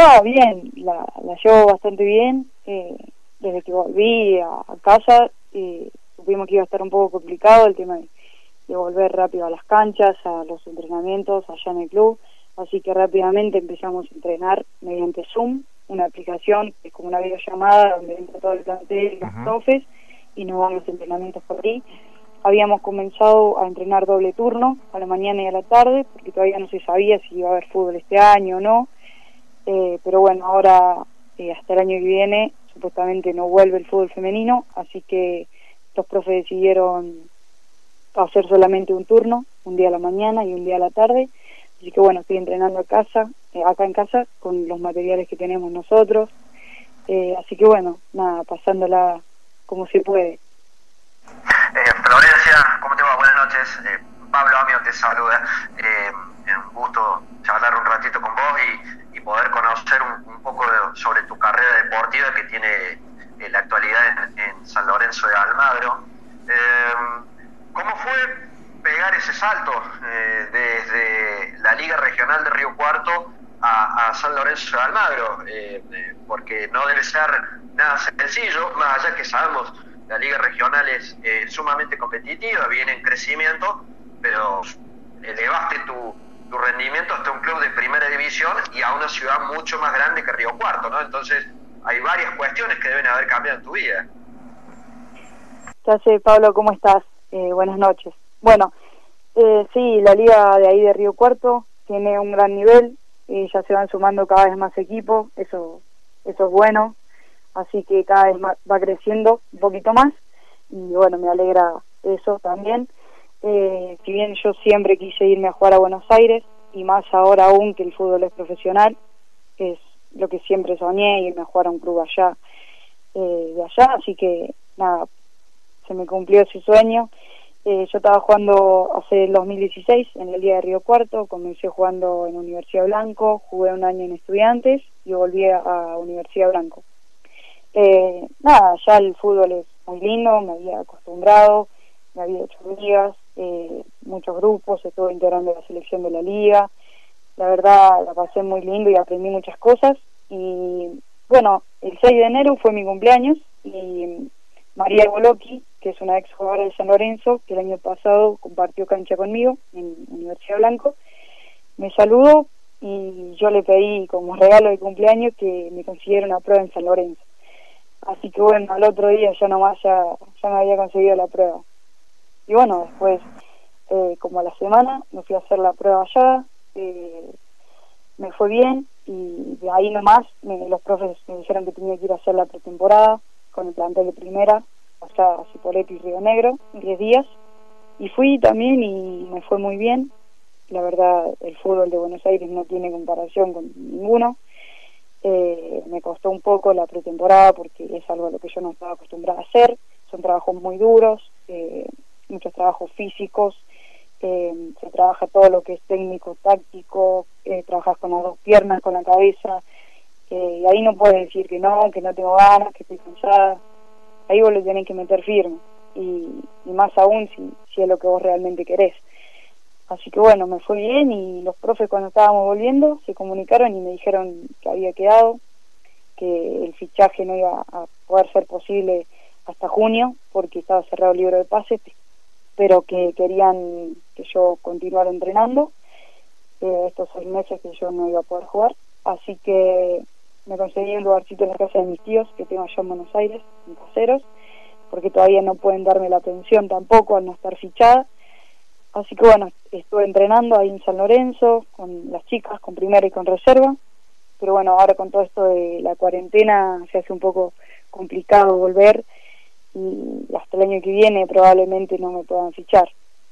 No, bien, la llevo bastante bien. Desde que volví a casa, supimos que iba a estar un poco complicado el tema de volver rápido a las canchas, a los entrenamientos allá en el club, así que rápidamente empezamos a entrenar mediante Zoom, una aplicación que es como una videollamada donde entra todo el plantel y los profes, y nos van los entrenamientos por ahí. Habíamos comenzado a entrenar doble turno, a la mañana y a la tarde, porque todavía no se sabía si iba a haber fútbol este año o no, pero bueno, ahora hasta el año que viene supuestamente no vuelve el fútbol femenino, así que los profes decidieron hacer solamente un turno, un día a la mañana y un día a la tarde, así que bueno, estoy entrenando acá en casa, con los materiales que tenemos nosotros, así que bueno, nada, pasándola como se puede. Florencia, ¿cómo te va? Buenas noches. Pablo Amio te saluda. Un gusto charlar un ratito con vos y poder conocer un poco sobre tu carrera deportiva que tiene la actualidad en San Lorenzo de Almagro. ¿Cómo fue pegar ese salto desde la Liga Regional de Río Cuarto a San Lorenzo de Almagro? Porque no debe ser nada sencillo, más allá que sabemos la Liga Regional es sumamente competitiva, viene en crecimiento, pero elevaste tu rendimiento hasta un club de primera división y a una ciudad mucho más grande que Río Cuarto, ¿no? Entonces hay varias cuestiones que deben haber cambiado en tu vida. ¿Qué hace, Pablo? ¿Cómo estás? Buenas noches. Bueno, sí, la liga de ahí de Río Cuarto tiene un gran nivel, ya se van sumando cada vez más equipos, eso es bueno, así que cada vez más va creciendo un poquito más, y bueno, me alegra eso también. Si bien yo siempre quise irme a jugar a Buenos Aires, y más ahora aún que el fútbol es profesional, es lo que siempre soñé, irme a jugar a un club allá, de allá, así que nada, se me cumplió ese sueño. Yo estaba jugando hace el 2016 en la Liga de Río Cuarto, comencé jugando en Universidad Blanco, jugué un año en Estudiantes y volví a Universidad Blanco. Nada, ya el fútbol es muy lindo, me había acostumbrado, me había hecho amigas, muchos grupos, estuve integrando la selección de la liga, la verdad la pasé muy lindo y aprendí muchas cosas, y bueno, el 6 de enero fue mi cumpleaños y María Goloki, que es una ex jugadora de San Lorenzo, que el año pasado compartió cancha conmigo en Universidad Blanco, me saludó y yo le pedí como regalo de cumpleaños que me consiguiera una prueba en San Lorenzo. Así que bueno, al otro día ya me había conseguido la prueba. Y bueno, después, como a la semana, me fui a hacer la prueba allá, me fue bien, y de ahí nomás los profes me dijeron que tenía que ir a hacer la pretemporada con el plantel de primera, allá a Cipolletti y Río Negro, 10 días, y fui también y me fue muy bien. La verdad, el fútbol de Buenos Aires no tiene comparación con ninguno. Me costó un poco la pretemporada porque es algo a lo que yo no estaba acostumbrada a hacer, son trabajos muy duros, muchos trabajos físicos, se trabaja todo lo que es técnico, táctico, trabajas con las dos piernas, con la cabeza, y ahí no puedes decir que no tengo ganas, que estoy cansada, ahí vos le tenés que meter firme, y más aún si es lo que vos realmente querés. Así que bueno, me fue bien, y los profes cuando estábamos volviendo se comunicaron y me dijeron que había quedado, que el fichaje no iba a poder ser posible hasta junio porque estaba cerrado el libro de pases, pero que querían que yo continuara entrenando estos 6 meses que yo no iba a poder jugar. Así que me conseguí un lugarcito en la casa de mis tíos que tengo allá en Buenos Aires, en Caseros, porque todavía no pueden darme la pensión tampoco al no estar fichada. Así que bueno, estuve entrenando ahí en San Lorenzo, con las chicas, con primera y con reserva, pero bueno, ahora con todo esto de la cuarentena se hace un poco complicado volver, y hasta el año que viene probablemente no me puedan fichar.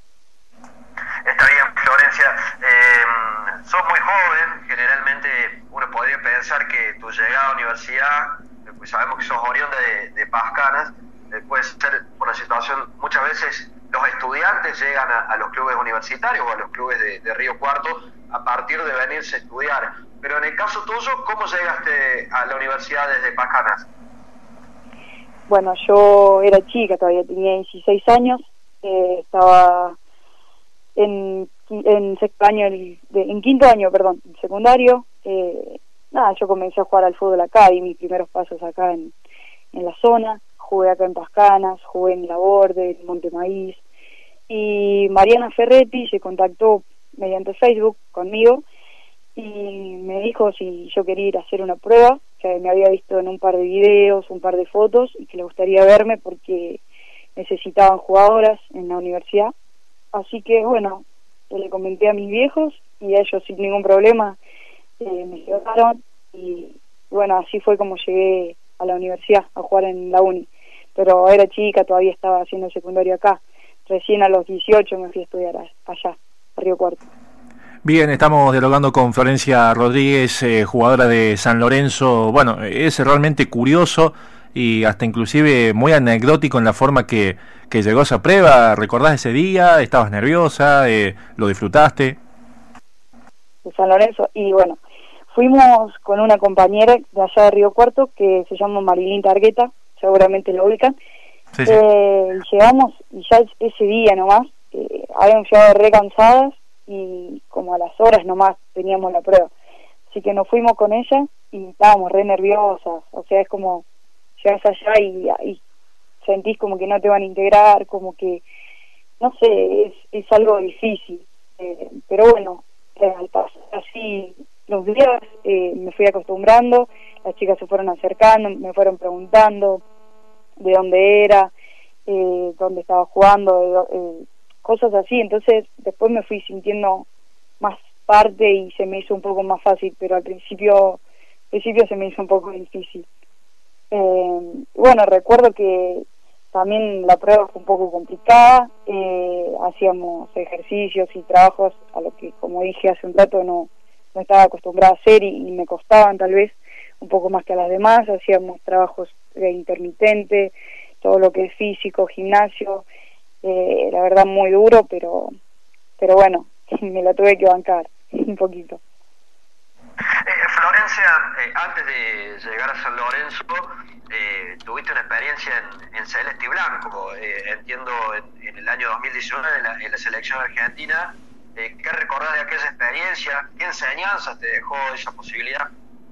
Está bien, Florencia. Sos muy joven, generalmente uno podría pensar que tu llegada a la universidad, pues sabemos que sos oriunda de Pascanas, puede ser por la situación, muchas veces los estudiantes llegan a los clubes universitarios o a los clubes de Río Cuarto a partir de venirse a estudiar. Pero en el caso tuyo, ¿cómo llegaste a la universidad desde Pascanas? Bueno, yo era chica, todavía tenía 16 años, estaba en quinto año, secundario, nada, yo comencé a jugar al fútbol acá, di mis primeros pasos acá en la zona, jugué acá en Pascanas, jugué en La Borde, en Monte Maíz, y Mariana Ferretti se contactó mediante Facebook conmigo y me dijo si yo quería ir a hacer una prueba, que me había visto en un par de videos, un par de fotos, y que le gustaría verme porque necesitaban jugadoras en la universidad. Así que bueno, le comenté a mis viejos y ellos sin ningún problema me llevaron, y bueno, así fue como llegué a la universidad a jugar en la uni. Pero era chica, todavía estaba haciendo secundario acá. Recién a los 18 me fui a estudiar allá, a Río Cuarto. Bien, estamos dialogando con Florencia Rodríguez, jugadora de San Lorenzo. Bueno, es realmente curioso y hasta inclusive muy anecdótico en la forma que llegó a esa prueba. ¿Recordás ese día? ¿Estabas nerviosa? ¿Lo disfrutaste? De San Lorenzo, y bueno, fuimos con una compañera de allá de Río Cuarto que se llama Marilyn Targueta, seguramente lo ubican. Sí, sí. Llegamos y ya ese día nomás habíamos llegado re cansadas y como a las horas nomás teníamos la prueba, así que nos fuimos con ella y estábamos re nerviosas. O sea, es como llegas allá y sentís como que no te van a integrar, como que no sé, es algo difícil, pero bueno, al pasar así los días me fui acostumbrando, las chicas se fueron acercando, me fueron preguntando de dónde era, dónde estaba jugando, cosas así. Entonces después me fui sintiendo más parte y se me hizo un poco más fácil, pero al principio se me hizo un poco difícil. Bueno, recuerdo que también la prueba fue un poco complicada, hacíamos ejercicios y trabajos a lo que, como dije hace un rato, no estaba acostumbrada a hacer y me costaban tal vez un poco más que a las demás. Hacíamos trabajos intermitentes, todo lo que es físico, gimnasio, la verdad muy duro, pero bueno, me la tuve que bancar un poquito. Florencia, antes de llegar a San Lorenzo, tuviste una experiencia en Celeste y Blanco, entiendo en el año 2019 en la selección argentina. ¿Qué recordás de aquella experiencia? ¿Qué enseñanzas te dejó esa posibilidad?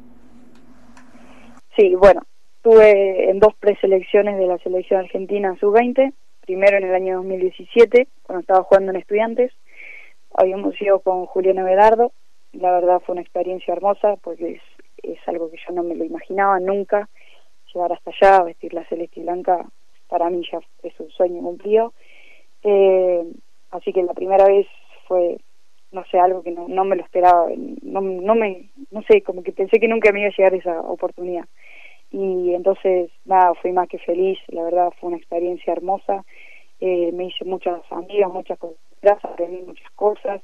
Sí, bueno, estuve en 2 preselecciones de la selección argentina sub-20, primero en el año 2017, cuando estaba jugando en Estudiantes. Habíamos ido con Juliana Bedardo, la verdad fue una experiencia hermosa, porque es algo que yo no me lo imaginaba nunca, llegar hasta allá, vestir la celeste y blanca, para mí ya es un sueño cumplido. Así que la primera vez fue, no sé, algo que no me lo esperaba, no sé, como que pensé que nunca me iba a llegar esa oportunidad. Y entonces, nada, fui más que feliz, la verdad fue una experiencia hermosa. Me hice muchas amigas, muchas cosas, aprendí muchas cosas.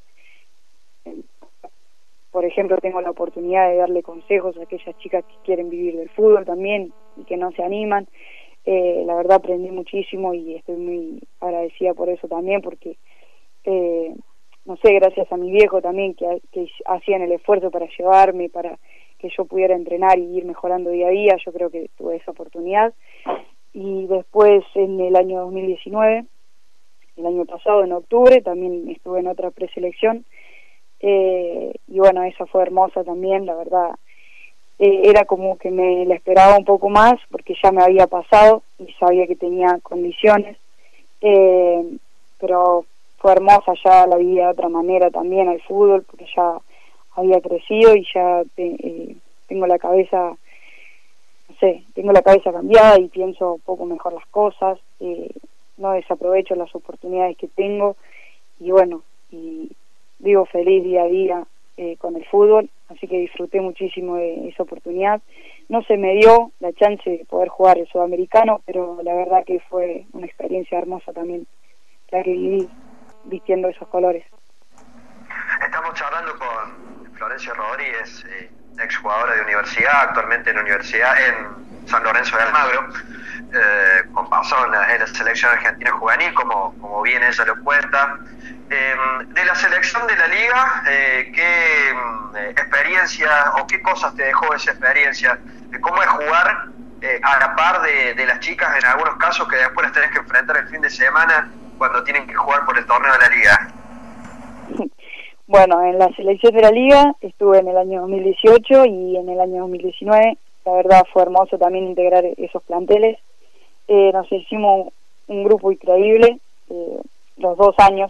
Por ejemplo, tengo la oportunidad de darle consejos a aquellas chicas que quieren vivir del fútbol también y que no se animan. La verdad aprendí muchísimo y estoy muy agradecida por eso también, porque no sé, gracias a mi viejo también que hacían el esfuerzo para llevarme, para que yo pudiera entrenar y ir mejorando día a día. Yo creo que tuve esa oportunidad. Y después en el año 2019, el año pasado en octubre, también estuve en otra preselección, y bueno, esa fue hermosa también, la verdad. Era como que me la esperaba un poco más porque ya me había pasado y sabía que tenía condiciones, pero fue hermosa, ya la vi de otra manera también al fútbol, porque ya había crecido y ya tengo la cabeza, no sé, tengo la cabeza cambiada y pienso un poco mejor las cosas, no desaprovecho las oportunidades que tengo y bueno, y vivo feliz día a día con el fútbol, así que disfruté muchísimo de esa oportunidad. No se me dio la chance de poder jugar el sudamericano, pero la verdad que fue una experiencia hermosa también la que viví vistiendo esos colores. Estamos charlando con Florencia Rodríguez, exjugadora de universidad, actualmente en la universidad en San Lorenzo de Almagro, con pasado en la selección argentina juvenil, como bien ella lo cuenta. De la selección de la liga, ¿qué experiencia o qué cosas te dejó esa experiencia? ¿Cómo es jugar a la par de las chicas en algunos casos que después las tenés que enfrentar el fin de semana cuando tienen que jugar por el torneo de la liga? Bueno, en la selección de la liga estuve en el año 2018 y en el año 2019. La verdad fue hermoso también integrar esos planteles. Nos hicimos un grupo increíble, los 2 años.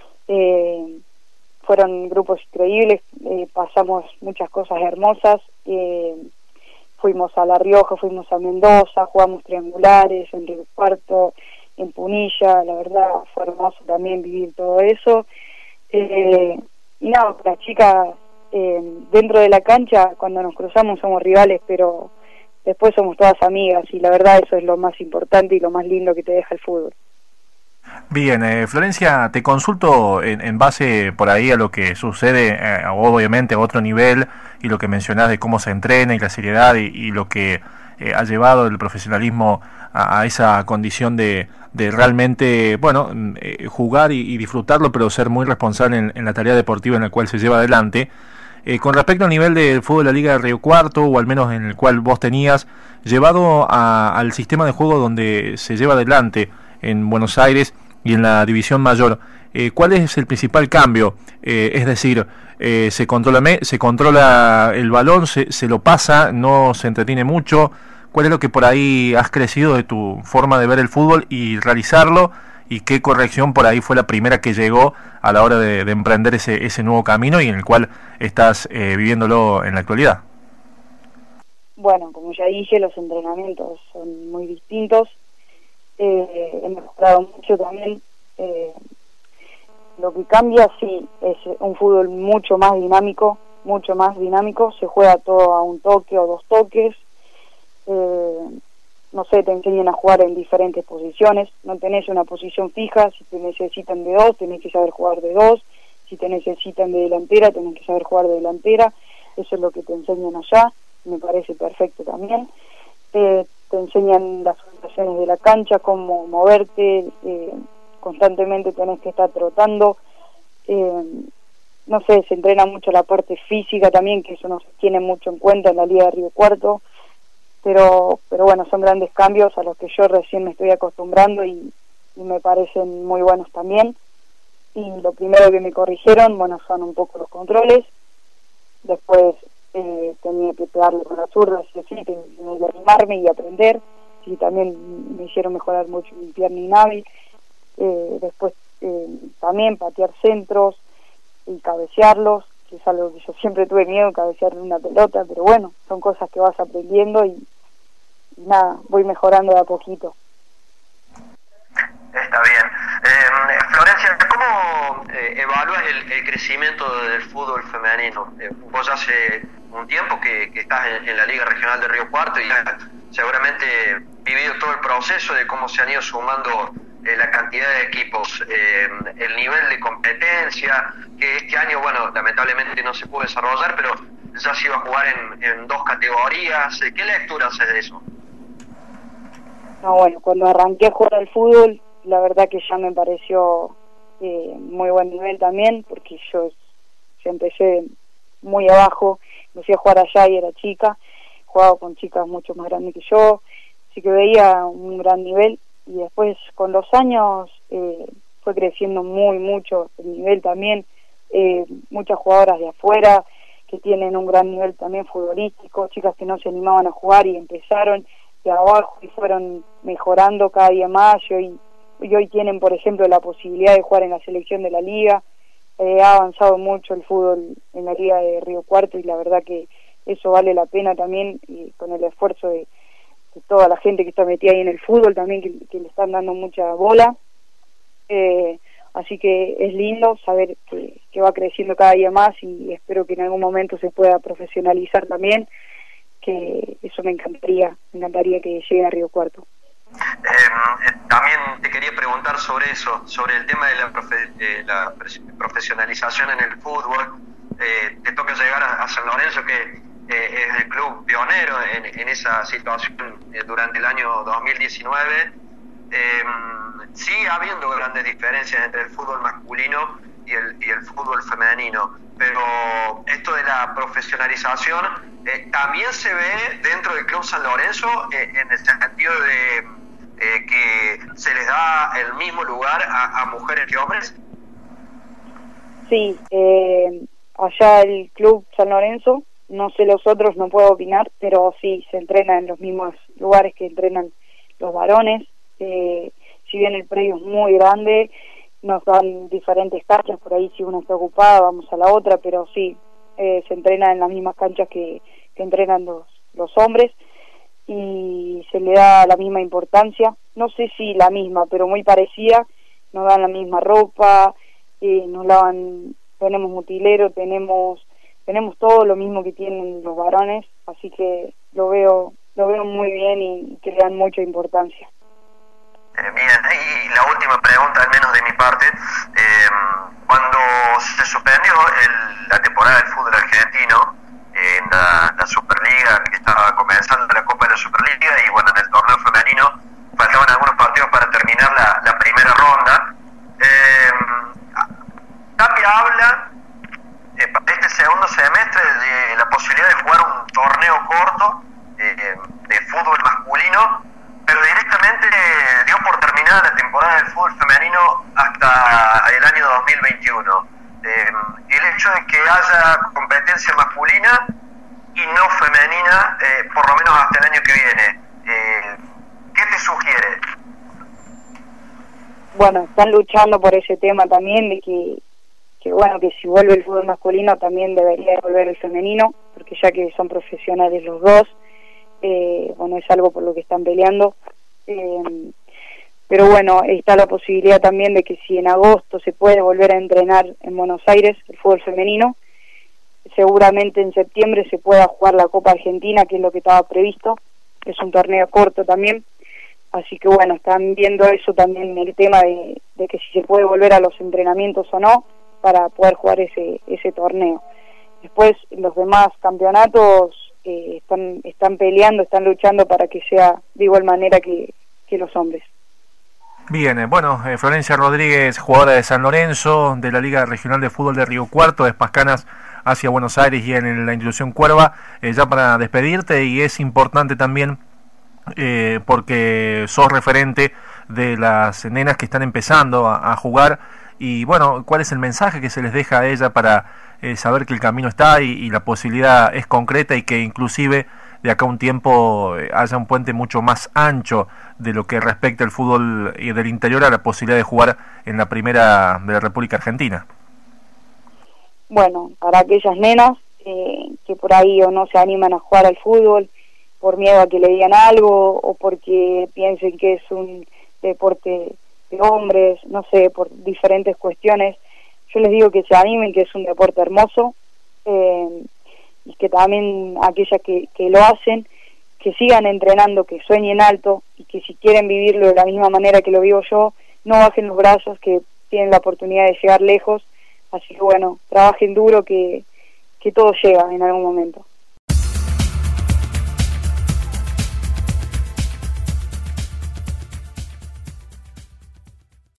Fueron grupos increíbles, pasamos muchas cosas hermosas. Fuimos a La Rioja, fuimos a Mendoza, jugamos triangulares en Río Cuarto, en Punilla. La verdad fue hermoso también vivir todo eso. Y nada, las chicas dentro de la cancha, cuando nos cruzamos somos rivales, pero después somos todas amigas, y la verdad eso es lo más importante y lo más lindo que te deja el fútbol. Bien, Florencia, te consulto en base por ahí a lo que sucede, obviamente a otro nivel, y lo que mencionás de cómo se entrena y la seriedad y lo que ha llevado el profesionalismo a esa condición de realmente, bueno, jugar y disfrutarlo, pero ser muy responsable en la tarea deportiva en la cual se lleva adelante. Con respecto al nivel del fútbol de la Liga de Río Cuarto, o al menos en el cual vos tenías, llevado al sistema de juego donde se lleva adelante en Buenos Aires y en la división mayor, ¿cuál es el principal cambio? Es decir, se controla el balón, se lo pasa, no se entretiene mucho. ¿Cuál es lo que por ahí has crecido de tu forma de ver el fútbol y realizarlo? ¿Y qué corrección por ahí fue la primera que llegó a la hora de emprender ese nuevo camino y en el cual estás viviéndolo en la actualidad? Bueno, como ya dije, los entrenamientos son muy distintos. He mejorado mucho también. Lo que cambia, sí, es un fútbol mucho más dinámico, se juega todo a un toque o 2 toques. No sé, te enseñan a jugar en diferentes posiciones, no tenés una posición fija. Si te necesitan de 2, tenés que saber jugar de 2, si te necesitan de delantera, tenés que saber jugar de delantera. Eso es lo que te enseñan allá, me parece perfecto también. Te enseñan las orientaciones de la cancha, cómo moverte, constantemente tenés que estar trotando. No sé, se entrena mucho la parte física también, que eso no se tiene mucho en cuenta en la Liga de Río Cuarto. Pero bueno, son grandes cambios a los que yo recién me estoy acostumbrando y me parecen muy buenos también. Y lo primero que me corrigieron, bueno, son un poco los controles. Después tenía que pegarle con la zurda, sí, tenía que animarme y aprender. Y también me hicieron mejorar mucho mi pierna y navi. Después también patear centros y cabecearlos, que es algo que yo siempre tuve miedo, cabecear una pelota, pero bueno, son cosas que vas aprendiendo y nada, voy mejorando de a poquito. Está bien. Florencia, ¿cómo evalúas el crecimiento del fútbol femenino? Vos hace un tiempo que estás en la Liga Regional de Río Cuarto y seguramente vivido todo el proceso de cómo se han ido sumando la cantidad de equipos, el nivel de competencia, que este año, bueno, lamentablemente no se pudo desarrollar, pero ya se iba a jugar en 2 categorías. ¿Qué lectura haces de eso? No, bueno, cuando arranqué a jugar al fútbol, la verdad que ya me pareció muy buen nivel también, porque yo empecé muy abajo, me fui a jugar allá y era chica, jugaba con chicas mucho más grandes que yo, así que veía un gran nivel. Y después con los años fue creciendo mucho el nivel también. Muchas jugadoras de afuera que tienen un gran nivel también futbolístico, chicas que no se animaban a jugar y empezaron de abajo y fueron mejorando cada día más, y hoy tienen, por ejemplo, la posibilidad de jugar en la selección de la liga. Ha avanzado mucho el fútbol en la Liga de Río Cuarto y la verdad que eso vale la pena también, y con el esfuerzo de toda la gente que está metida ahí en el fútbol también, que le están dando mucha bola. Así que es lindo saber que va creciendo cada día más, y espero que en algún momento se pueda profesionalizar también, que eso me encantaría que llegue a Río Cuarto. También te quería preguntar sobre eso, sobre el tema de la profesionalización en el fútbol. Te toca llegar a San Lorenzo, que es el club pionero en esa situación durante el año 2019. Sigue habiendo grandes diferencias entre el fútbol masculino y el fútbol femenino, pero esto de la profesionalización también se ve dentro del Club San Lorenzo, en el sentido de que se les da el mismo lugar a mujeres que hombres. Sí, allá el Club San Lorenzo, no sé los otros, no puedo opinar, pero sí, se entrena en los mismos lugares que entrenan los varones. Si bien el predio es muy grande, nos dan diferentes canchas, por ahí si una está ocupada vamos a la otra, pero sí, se entrena en las mismas canchas que entrenan los hombres, y se le da la misma importancia, no sé si la misma, pero muy parecida. Nos dan la misma ropa, nos lavan, tenemos utilero, tenemos todo lo mismo que tienen los varones, así que lo veo muy bien y que le dan mucha importancia. Bien, y la última pregunta, al menos de mi parte, cuando se suspendió la temporada del fútbol argentino en la Superliga, que estaba comenzando la Copa de la Superliga, y bueno, en el torneo femenino faltaban algunos partidos para terminar la primera ronda. Tapia habla para este segundo semestre de la posibilidad de jugar un torneo corto de fútbol masculino, pero directamente dio por terminada la temporada del fútbol femenino hasta el año 2021. El hecho de que haya competencia masculina y no femenina, por lo menos hasta el año que viene, ¿qué te sugiere? Bueno, están luchando por ese tema también, de que bueno, que si vuelve el fútbol masculino también debería volver el femenino, porque ya que son profesionales los dos, bueno, es algo por lo que están peleando. Pero bueno, está la posibilidad también de que si en agosto se puede volver a entrenar en Buenos Aires el fútbol femenino, seguramente en septiembre se pueda jugar la Copa Argentina, que es lo que estaba previsto. Es un torneo corto también, así que bueno, están viendo eso también, el tema de que si se puede volver a los entrenamientos o no, para poder jugar ese torneo. Después los demás campeonatos están peleando, están luchando para que sea de igual manera que los hombres. Bien, bueno, Florencia Rodríguez, jugadora de San Lorenzo, de la Liga Regional de Fútbol de Río Cuarto, de Pascanas hacia Buenos Aires y en la institución Cuerva, ya para despedirte, y es importante también porque sos referente de las nenas que están empezando a jugar, y bueno, ¿cuál es el mensaje que se les deja a ella para saber que el camino está y la posibilidad es concreta, y que inclusive de acá a un tiempo haya un puente mucho más ancho de lo que respecta al fútbol y del interior a la posibilidad de jugar en la primera de la República Argentina? Bueno, para aquellas nenas que por ahí o no se animan a jugar al fútbol por miedo a que le digan algo, o porque piensen que es un deporte de hombres, no sé, por diferentes cuestiones, yo les digo que se animen, que es un deporte hermoso, y que también aquellas que lo hacen, que sigan entrenando, que sueñen alto, y que si quieren vivirlo de la misma manera que lo vivo yo, no bajen los brazos, que tienen la oportunidad de llegar lejos. Así que bueno, trabajen duro, que todo llega en algún momento.